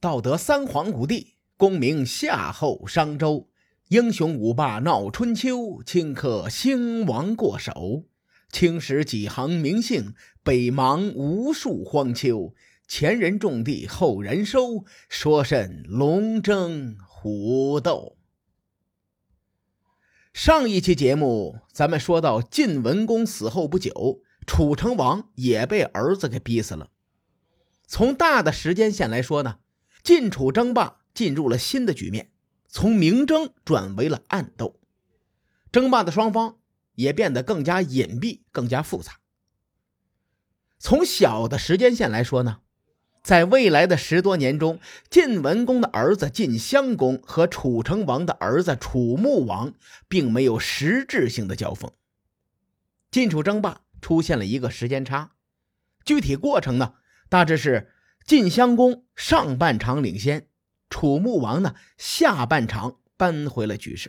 道得三皇五帝，功名夏后商周。英雄五霸闹春秋，顷刻兴亡过手。青史几行名姓，北邙无数荒丘。前人种地，后人收，说甚龙争虎斗。上一期节目咱们说到晋文公死后不久，楚成王也被儿子给逼死了。从大的时间线来说呢，晋楚争霸进入了新的局面，从明争转为了暗斗。争霸的双方也变得更加隐蔽，更加复杂。从小的时间线来说呢，在未来的10多年中，晋文公的儿子晋襄公和楚成王的儿子楚穆王并没有实质性的交锋。晋楚争霸出现了一个时间差，具体过程呢，大致是晋襄公上半场领先，楚穆王呢下半场扳回了局势。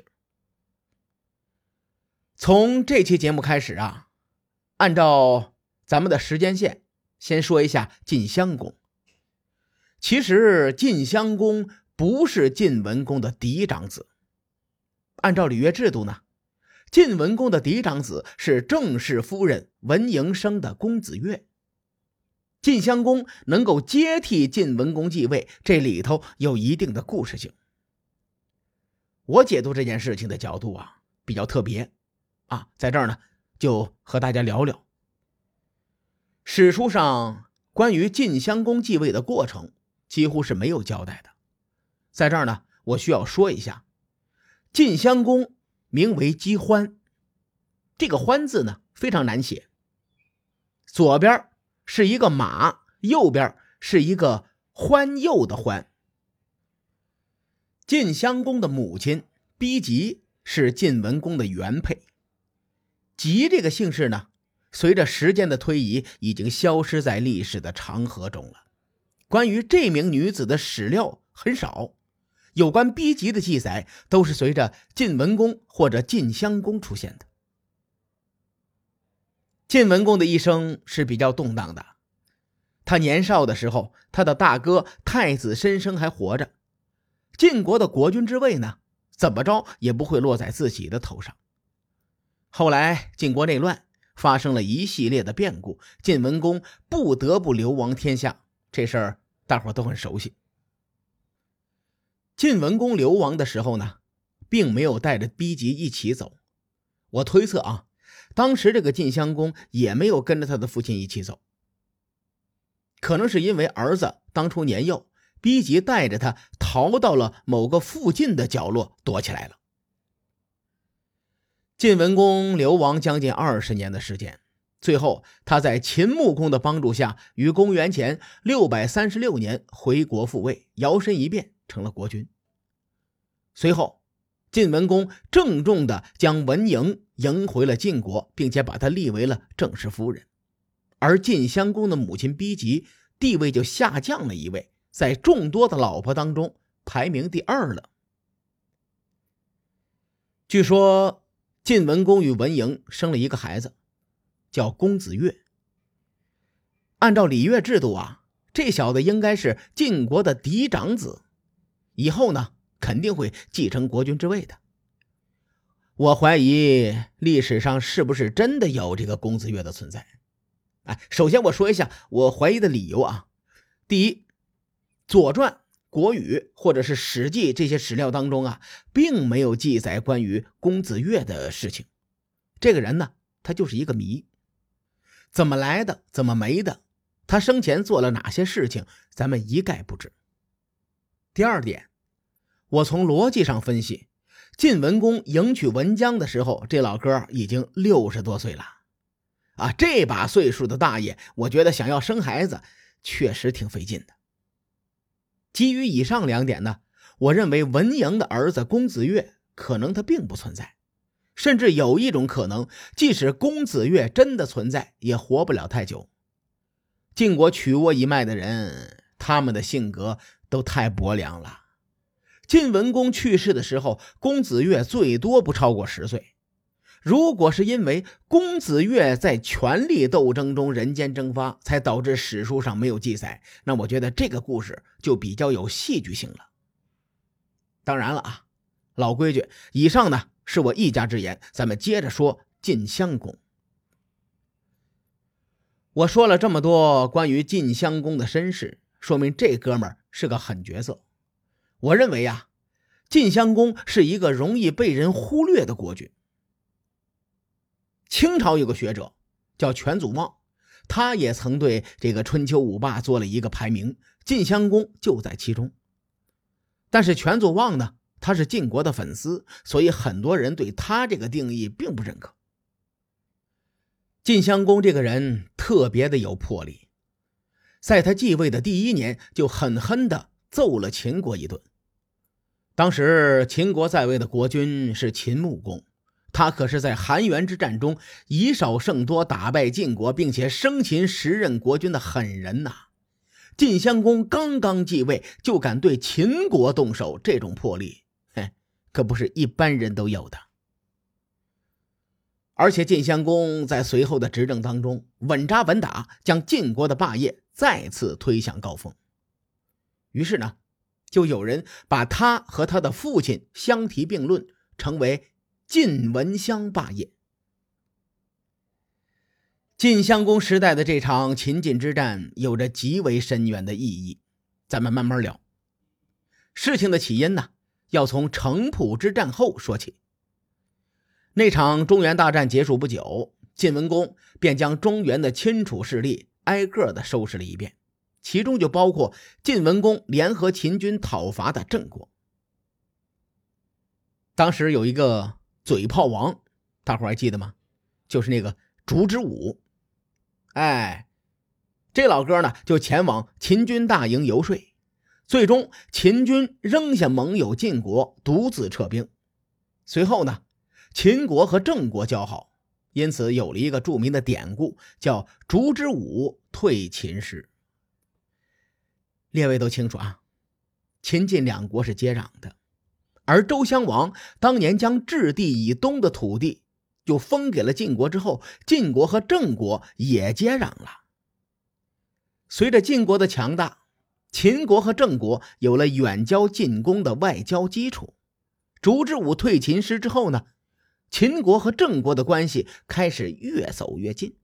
从这期节目开始啊，按照咱们的时间线，先说一下晋襄公。其实晋襄公不是晋文公的嫡长子，按照礼乐制度呢，晋文公的嫡长子是郑氏夫人文嬴生的公子越。晋襄公能够接替晋文公继位，这里头有一定的故事性。我解读这件事情的角度啊，比较特别啊，在这儿呢就和大家聊聊。史书上关于晋襄公继位的过程几乎是没有交代的，在这儿呢我需要说一下，晋襄公名为姬欢，这个欢字呢非常难写，左边是一个马，右边是一个欢右的欢。晋襄公的母亲邳吉是晋文公的原配，吉这个姓氏呢，随着时间的推移已经消失在历史的长河中了。关于这名女子的史料很少，有关邳吉的记载都是随着晋文公或者晋襄公出现的。晋文公的一生是比较动荡的，他年少的时候，他的大哥太子申生还活着，晋国的国君之位呢，怎么着也不会落在自己的头上。后来晋国内乱，发生了一系列的变故，晋文公不得不流亡天下，这事儿大伙都很熟悉。晋文公流亡的时候呢，并没有带着邳吉一起走，我推测啊，当时这个晋襄公也没有跟着他的父亲一起走，可能是因为儿子当初年幼，邳吉带着他逃到了某个附近的角落躲起来了。晋文公流亡将近20年的时间，最后他在秦穆公的帮助下，于公元前636年回国复位，摇身一变成了国君。随后晋文公郑重地将文嬴迎回了晋国，并且把他立为了郑氏夫人，而晋襄公的母亲邳吉地位就下降了一位，在众多的老婆当中排名第2了。据说晋文公与文嬴生了一个孩子，叫公子越。按照礼乐制度啊，这小子应该是晋国的嫡长子，以后呢肯定会继承国君之位的。我怀疑历史上是不是真的有这个公子越的存在。首先我说一下我怀疑的理由啊。第一，左传、国语或者是史记这些史料当中啊，并没有记载关于公子越的事情。这个人呢，他就是一个谜，怎么来的，怎么没的，他生前做了哪些事情，咱们一概不知。第二点，我从逻辑上分析，晋文公迎娶文姜的时候，这老哥已经60多岁了啊，这把岁数的大爷，我觉得想要生孩子确实挺费劲的。基于以上2点呢，我认为文嬴的儿子公子越可能他并不存在，甚至有一种可能，即使公子越真的存在，也活不了太久。晋国曲沃一脉的人，他们的性格都太薄凉了。晋文公去世的时候，公子越最多不超过10岁。 如果是因为公子越在权力斗争中人间蒸发，才导致史书上没有记载，那我觉得这个故事就比较有戏剧性了。当然了啊，老规矩，以上呢是我一家之言，咱们接着说晋襄公。我说了这么多关于晋襄公的身世，说明这哥们儿是个狠角色。我认为啊，晋襄公是一个容易被人忽略的国君。清朝有个学者叫全祖望，他也曾对这个春秋五霸做了一个排名，晋襄公就在其中。但是全祖望呢，他是晋国的粉丝，所以很多人对他这个定义并不认可。晋襄公这个人特别的有魄力，在他继位的第1年就狠狠地揍了秦国一顿。当时秦国在位的国君是秦穆公，他可是在韩元之战中以少胜多打败晋国，并且生擒时任国君的狠人呐。晋襄公刚刚继位就敢对秦国动手，这种魄力可不是一般人都有的。而且晋襄公在随后的执政当中稳扎稳打，将晋国的霸业再次推向高峰。于是呢，就有人把他和他的父亲相提并论，成为晋文襄霸业。晋襄公时代的这场秦晋之战有着极为深远的意义，咱们慢慢聊。事情的起因呢，要从城濮之战后说起。那场中原大战结束不久，晋文公便将中原的亲楚势力挨个的收拾了一遍，其中就包括晋文公联合秦军讨伐的郑国。当时有一个嘴炮王，大伙还记得吗？就是那个烛之武。这老哥呢就前往秦军大营游说，最终秦军扔下盟友晋国，独自撤兵。随后呢，秦国和郑国交好，因此有了一个著名的典故，叫烛之武退秦师。列位都清楚啊，秦晋两国是接壤的，而周襄王当年将置地以东的土地就封给了晋国之后，晋国和郑国也接壤了。随着晋国的强大，秦国和郑国有了远交近攻的外交基础。烛之武退秦师之后呢，秦国和郑国的关系开始越走越近。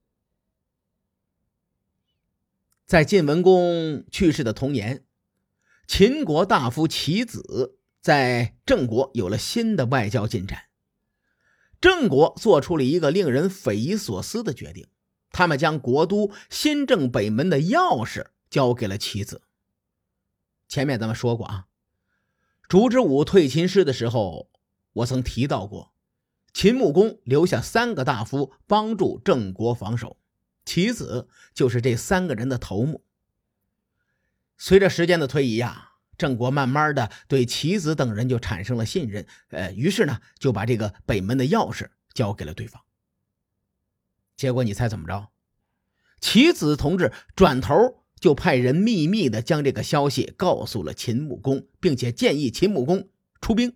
在晋文公去世的同年，秦国大夫齐子在郑国有了新的外交进展。郑国做出了一个令人匪夷所思的决定，他们将国都新郑北门的钥匙交给了齐子。前面咱们说过啊，烛之武退秦师的时候，我曾提到过，秦穆公留下3个大夫帮助郑国防守，齐子就是这3个人的头目。随着时间的推移啊，郑国慢慢的对齐子等人就产生了信任，于是呢就把这个北门的钥匙交给了对方。结果你猜怎么着？齐子同志转头就派人秘密的将这个消息告诉了秦穆公，并且建议秦穆公出兵。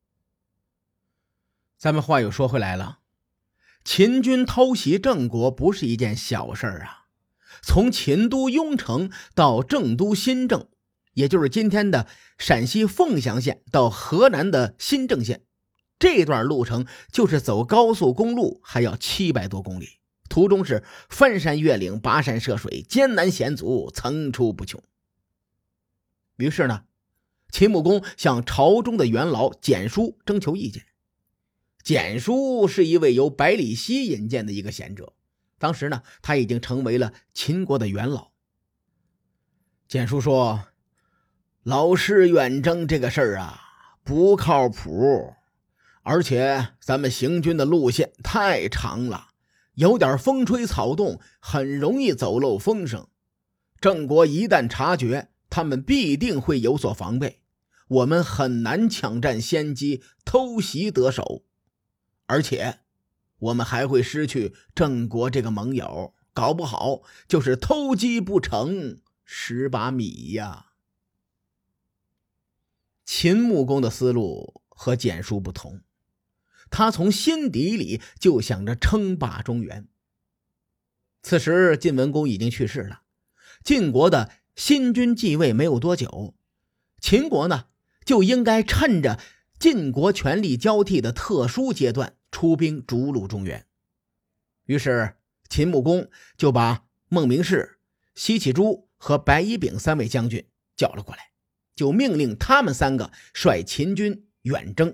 咱们话又说回来了，秦军偷袭郑国不是一件小事啊。从秦都雍城到郑都新郑，也就是今天的陕西凤翔县到河南的新郑县，这段路程就是走高速公路还要700多公里，途中是翻山越岭，跋山涉水，艰难险阻，层出不穷。于是呢，秦穆公向朝中的元老简书征求意见。简书是一位由百里奚引荐的一个贤者，当时呢，他已经成为了秦国的元老。简书说，老师远征这个事儿啊，不靠谱，而且咱们行军的路线太长了，有点风吹草动，很容易走漏风声。郑国一旦察觉，他们必定会有所防备，我们很难抢占先机，偷袭得手。而且我们还会失去郑国这个盟友，搞不好就是偷鸡不成蚀把米呀。秦穆公的思路和简书不同， 他从心底里就想着称霸中原。此时晋文公已经去世了，晋国的新君继位没有多久，秦国呢就应该趁着晋国权力交替的特殊阶段出兵逐鹿中原。于是秦穆公就把孟明视、西乞诸和白乙丙3位将军叫了过来，就命令他们3个率秦军远征。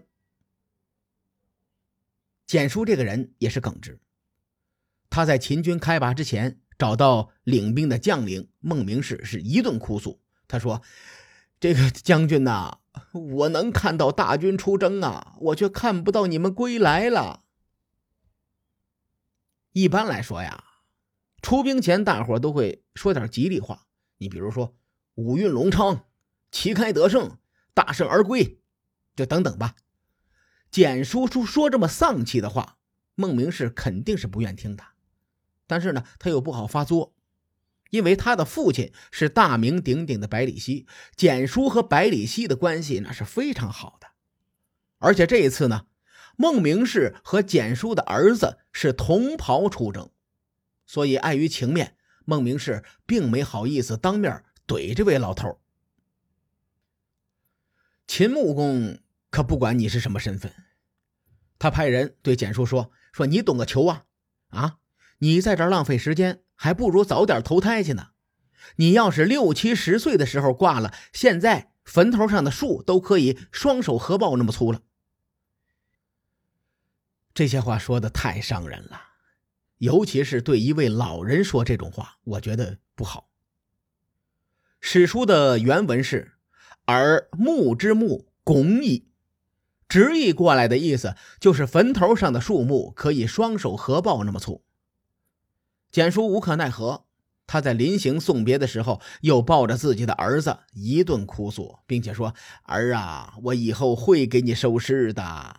蹇叔这个人也是耿直，他在秦军开拔之前找到领兵的将领孟明视是一顿哭诉。他说：这个将军呐，我能看到大军出征啊，我却看不到你们归来了。一般来说呀，出兵前大伙都会说点吉利话，你比如说五运隆昌、旗开得胜、大胜而归，就等等吧。蹇叔说这么丧气的话，孟明视肯定是不愿听的。但是呢，他又不好发作，因为他的父亲是大名鼎鼎的百里奚，蹇叔和百里奚的关系那是非常好的。而且这一次呢，孟明视和蹇叔的儿子是同袍出征，所以碍于情面，孟明视并没好意思当面怼这位老头。秦穆公可不管你是什么身份，他派人对蹇叔说你懂个球啊，你在这儿浪费时间，还不如早点投胎去呢。你要是6、7、10岁的时候挂了，现在坟头上的树都可以双手合抱那么粗了。这些话说的太伤人了，尤其是对一位老人说这种话，我觉得不好。史书的原文是而木之木拱矣，直译过来的意思就是坟头上的树木可以双手合抱那么粗。蹇叔无可奈何，他在临行送别的时候又抱着自己的儿子一顿哭诉，并且说：儿啊，我以后会给你收尸的。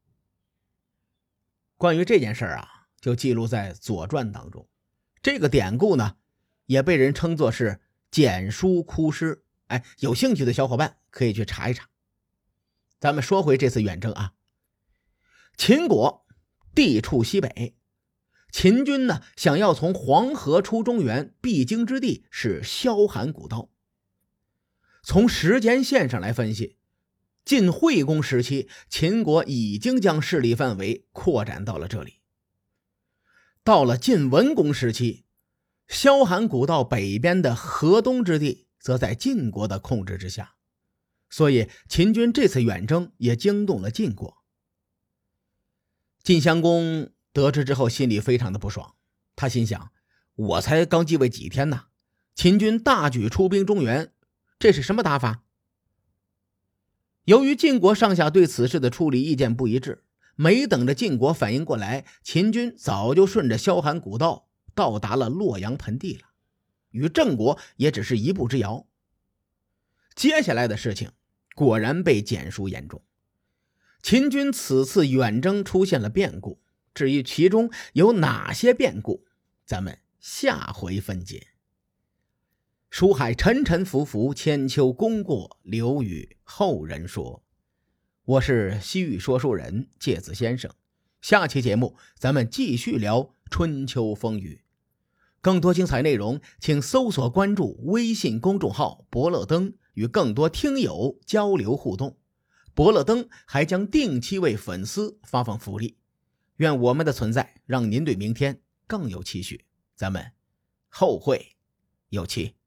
关于这件事啊，就记录在《左传》当中。这个典故呢，也被人称作是蹇叔哭尸。有兴趣的小伙伴可以去查一查。咱们说回这次远征啊，秦国地处西北，秦军呢想要从黄河出中原，必经之地是萧韩古道。从时间线上来分析，晋惠公时期，秦国已经将势力范围扩展到了这里。到了晋文公时期，萧韩古道北边的河东之地则在晋国的控制之下，所以秦军这次远征也惊动了晋国。晋襄公得知之后心里非常的不爽，他心想，我才刚继位几天呢，秦军大举出兵中原，这是什么打法？由于晋国上下对此事的处理意见不一致，没等着晋国反应过来，秦军早就顺着萧韩古道到达了洛阳盆地了，与郑国也只是一步之遥。接下来的事情果然被蹇叔言中，秦军此次远征出现了变故，至于其中有哪些变故，咱们下回分解。书海沉沉浮浮，千秋功过留与后人说。我是西域说书人介子先生，下期节目咱们继续聊春秋风雨。更多精彩内容请搜索关注微信公众号伯乐灯，与更多听友交流互动。伯乐灯还将定期为粉丝发放福利，愿我们的存在让您对明天更有期许。咱们后会有期。